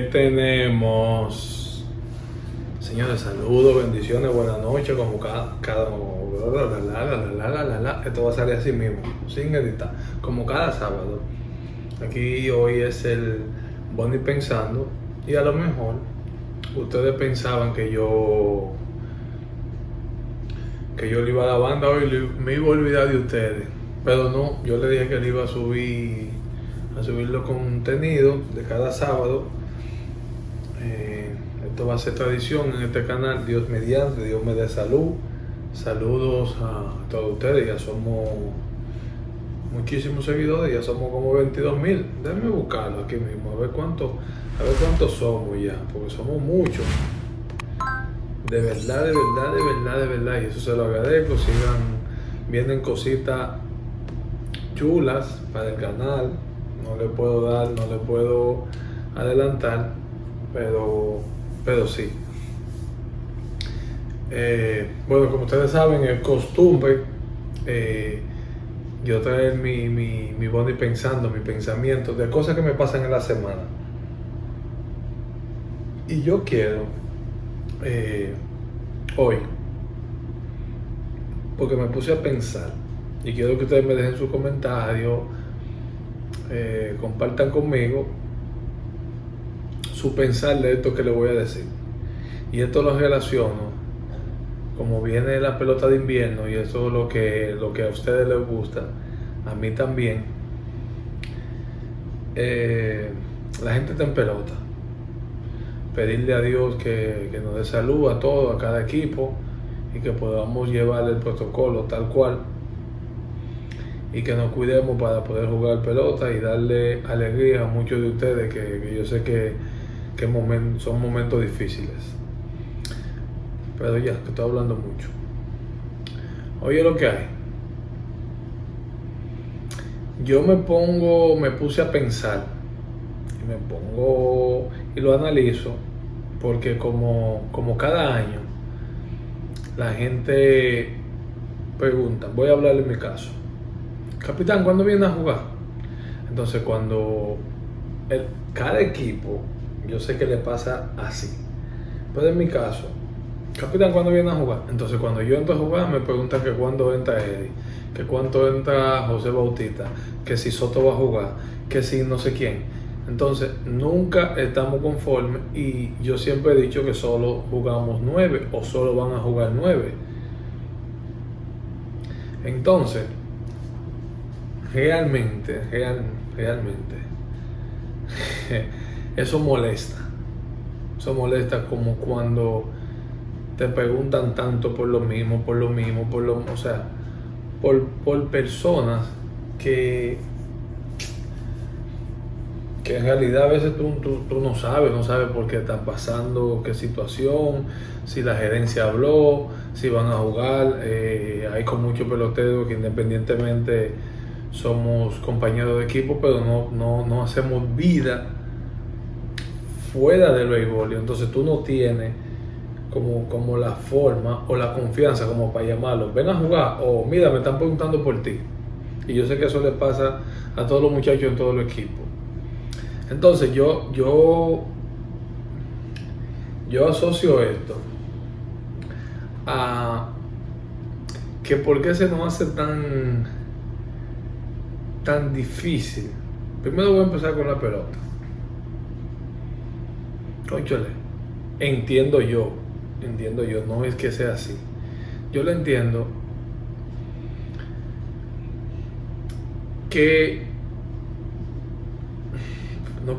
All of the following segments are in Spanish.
tenemos? Señores, saludos, bendiciones, buenas noches, como esto va a salir así mismo, sin editar, como cada sábado. Aquí hoy es el Bonnie Pensando, y a lo mejor ustedes pensaban que yo le iba a la banda hoy, me iba a olvidar de ustedes, pero no, yo le dije que le iba a subir los contenidos de cada sábado. Esto va a ser tradición en este canal, Dios mediante, Dios me dé salud. Saludos a todos ustedes, ya somos muchísimos seguidores, ya somos como 22,000. Déjenme buscarlo aquí mismo, a ver cuántos somos ya, porque somos muchos. De verdad, y eso se lo agradezco. Vienen cositas chulas para el canal. No le puedo adelantar, pero sí. Bueno, como ustedes saben, es costumbre yo traer mi Bonnie Pensando, mi pensamiento de cosas que me pasan en la semana. Y yo quiero hoy, porque me puse a pensar, y quiero que ustedes me dejen sus comentarios, compartan conmigo su pensar de esto que les voy a decir. Y esto lo relaciono, como viene la pelota de invierno, y eso es lo que a ustedes les gusta, a mí también. La gente está en pelota. Pedirle a Dios que nos dé salud a todos, a cada equipo, y que podamos llevar el protocolo tal cual, y que nos cuidemos para poder jugar pelota y darle alegría a muchos de ustedes que yo sé que son momentos difíciles. Pero ya, que estoy hablando mucho. Oye lo que hay. Yo me puse a pensar, y lo analizo, porque como cada año la gente pregunta, voy a hablar en mi caso, capitán, ¿cuándo viene a jugar? Entonces cada equipo, yo sé que le pasa así, pero en mi caso, capitán, ¿cuándo viene a jugar? Entonces cuando yo entro a jugar me preguntan que cuándo entra Eddie, que cuándo entra José Bautista, que si Soto va a jugar, que si no sé quién. Entonces nunca estamos conformes, y yo siempre he dicho que solo jugamos 9 o solo van a jugar 9. Entonces realmente eso molesta como cuando te preguntan tanto por lo mismo, o sea, por personas que en realidad a veces tú no sabes por qué están pasando, qué situación, si la gerencia habló, si van a jugar. Hay con muchos peloteros que independientemente somos compañeros de equipo, pero no hacemos vida fuera del béisbol, y entonces tú no tienes como la forma o la confianza como para llamarlos, ven a jugar, o mira, me están preguntando por ti. Y yo sé que eso le pasa a todos los muchachos en todos los equipos. Entonces yo asocio esto a que por qué se nos hace tan difícil. Primero voy a empezar con la pelota. Cónchale, entiendo yo, no es que sea así. Yo lo entiendo, que no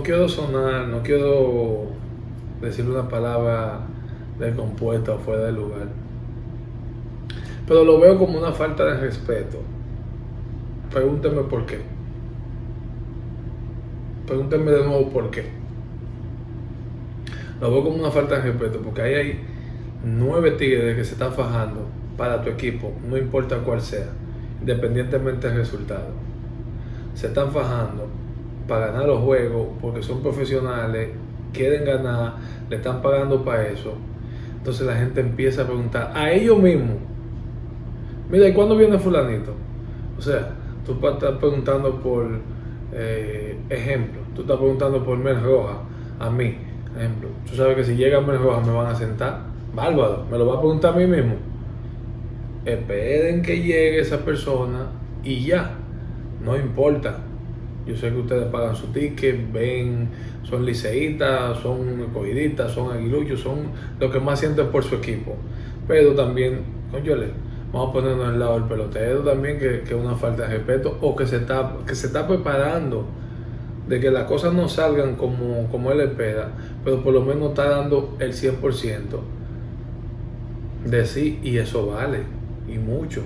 quiero decir una palabra descompuesta o fuera de lugar, pero lo veo como una falta de respeto. Pregúntenme por qué. Pregúntenme de nuevo por qué. Lo veo como una falta de respeto, porque ahí hay 9 tigres que se están fajando para tu equipo, no importa cuál sea, independientemente del resultado. Se están fajando para ganar los juegos, porque son profesionales, quieren ganar, le están pagando para eso. Entonces la gente empieza a preguntar a ellos mismos, mira, ¿y cuándo viene fulanito? O sea, tú estás preguntando por ejemplo, tú estás preguntando por Mel Rojas, a mí, ejemplo, tú sabes que si llega Mel Rojas me van a sentar, bárbaro, me lo va a preguntar a mí mismo. Esperen que llegue esa persona y ya, no importa. Yo sé que ustedes pagan su ticket, ven, son liceístas, son escogidistas, son aguiluchos, son los que más sienten por su equipo. Pero también, cónchale, vamos a ponernos al lado del pelotero también, que es una falta de respeto, o que se está preparando de que las cosas no salgan como él espera, pero por lo menos está dando el 100% de sí, y eso vale, y mucho.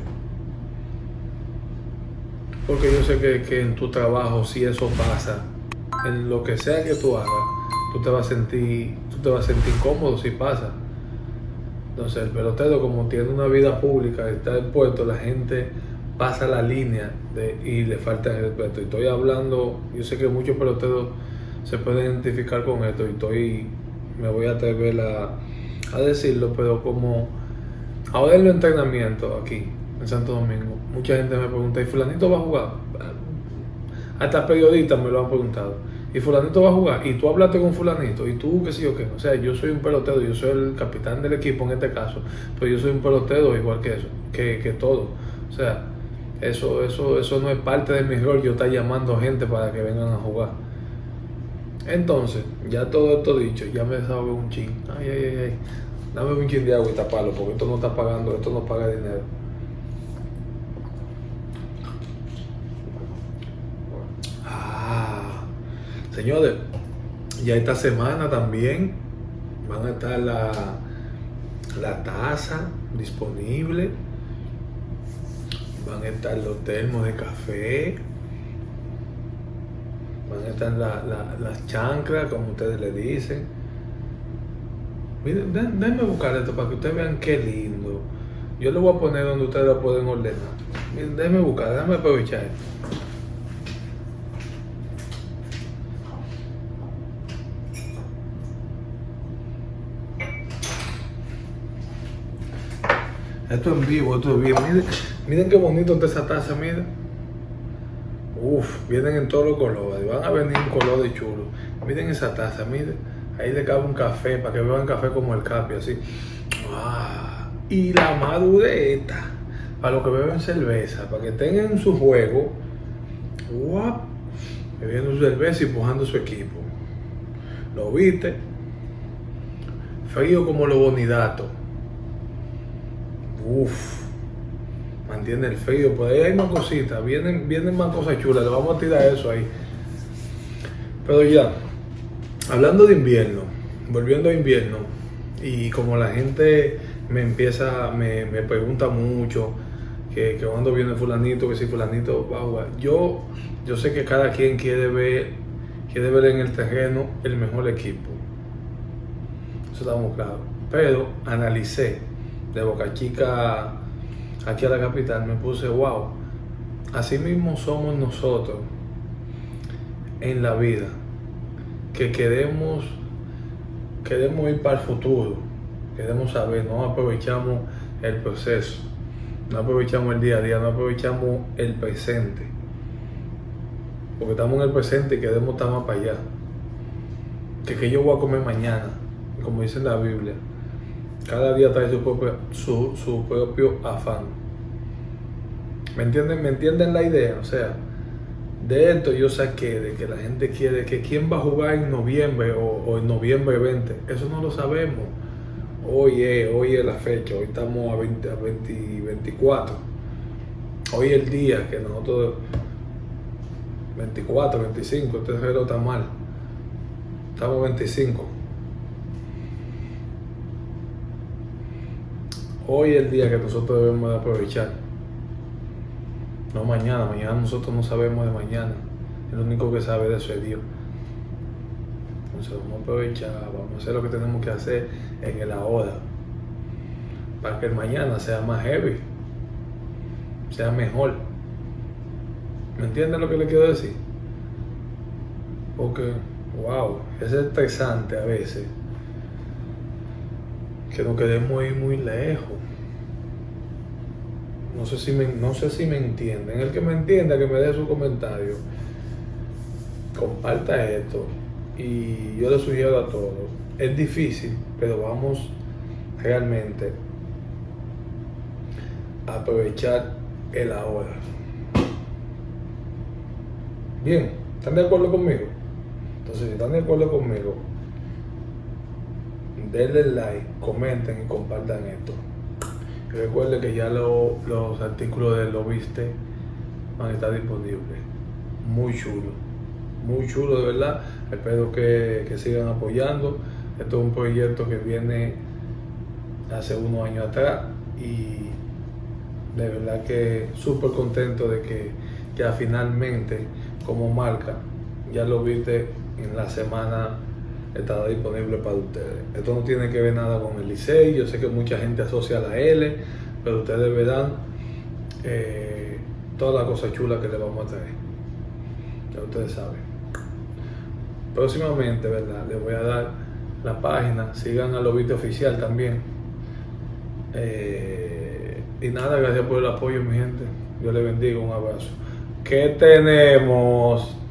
Porque yo sé que en tu trabajo, si eso pasa, en lo que sea que tú hagas, tú te vas a sentir cómodo si pasa. Entonces el pelotero, como tiene una vida pública, está expuesto, la gente pasa la línea y le falta el respeto. Y estoy hablando, yo sé que muchos peloteros se pueden identificar con esto, y me voy a atrever a decirlo, pero como ahora en los entrenamientos aquí en Santo Domingo, mucha gente me pregunta, ¿y fulanito va a jugar? Hasta periodistas me lo han preguntado. ¿Y fulanito va a jugar? ¿Y tú hablaste con fulanito? ¿Y tú qué sé yo qué? O sea, yo soy un pelotero, yo soy el capitán del equipo en este caso, pero yo soy un pelotero igual que eso, que todo. O sea, eso no es parte de mi rol, yo estar llamando gente para que vengan a jugar. Entonces, ya todo esto dicho, ya me desahogué un chin. Ay. Dame un chin de agua y taparlo, porque esto no está pagando, esto no paga dinero. Señores, ya esta semana también van a estar la taza disponible, van a estar los termos de café, van a estar las chanclas, como ustedes le dicen. Miren, déjenme buscar esto para que ustedes vean qué lindo. Yo lo voy a poner donde ustedes lo pueden ordenar. Miren, déjenme buscar, déjenme aprovechar esto. Esto es vivo. Miren qué bonito está esa taza, miren. Vienen en todos los colores, van a venir en color de chulo. Miren esa taza, miren. Ahí le cabe un café, para que vean café como el Capi, así. Y la madureta, para los que beben cerveza, para que tengan su juego, bebiendo su cerveza y empujando su equipo. ¿Lo viste? Frío como los bonidatos. Mantiene el frío, pues ahí hay más cositas, vienen más cosas chulas, le vamos a tirar eso ahí. Pero ya, hablando de invierno, volviendo a invierno, y como la gente me pregunta mucho que cuando viene fulanito, que si fulanito va a jugar, yo sé que cada quien quiere ver en el terreno el mejor equipo, eso estamos claros, pero analicé de Boca Chica aquí a la capital, me puse así mismo somos nosotros en la vida, que queremos ir para el futuro, queremos saber, no aprovechamos el proceso, no aprovechamos el día a día, no aprovechamos el presente, porque estamos en el presente y queremos estar más para allá, que yo voy a comer mañana, como dice en la Biblia. Cada día trae su propio afán. ¿Me entienden la idea? O sea, de esto yo saqué de que la gente quiere que quién va a jugar en noviembre o en noviembre 20. Eso no lo sabemos. Hoy es la fecha, hoy estamos a 24. Hoy es el día que nosotros 24, 25, este reloj está mal. Estamos 25. Hoy es el día que nosotros debemos de aprovechar. No mañana nosotros no sabemos de mañana. El único que sabe de eso es Dios. Entonces vamos a aprovechar, vamos a hacer lo que tenemos que hacer en el ahora. Para que el mañana sea más heavy, sea mejor. ¿Me entienden lo que le quiero decir? Porque, es estresante a veces que nos quedemos ir muy lejos. No sé si me entienden. El que me entienda, que me dé su comentario. Comparta esto y yo les sugiero a todos, es difícil, pero vamos realmente a aprovechar el ahora. Bien, ¿están de acuerdo conmigo? Entonces, si están de acuerdo conmigo, denle like, comenten y compartan esto. Y recuerden que ya los artículos de Lo Viste van a estar disponibles. Muy chulo de verdad. Espero que sigan apoyando. Esto es un proyecto que viene hace unos años atrás y de verdad que súper contento de que ya finalmente como marca ya Lo Viste en la semana estará disponible para ustedes. Esto no tiene que ver nada con el Licey. Yo sé que mucha gente asocia la L, pero ustedes verán todas las cosas chulas que les vamos a traer. Ya ustedes saben. Próximamente, ¿verdad? Les voy a dar la página. Sigan a Lo Viste Oficial también. Y nada, gracias por el apoyo, mi gente. Dios les bendiga. Un abrazo. ¿Qué tenemos?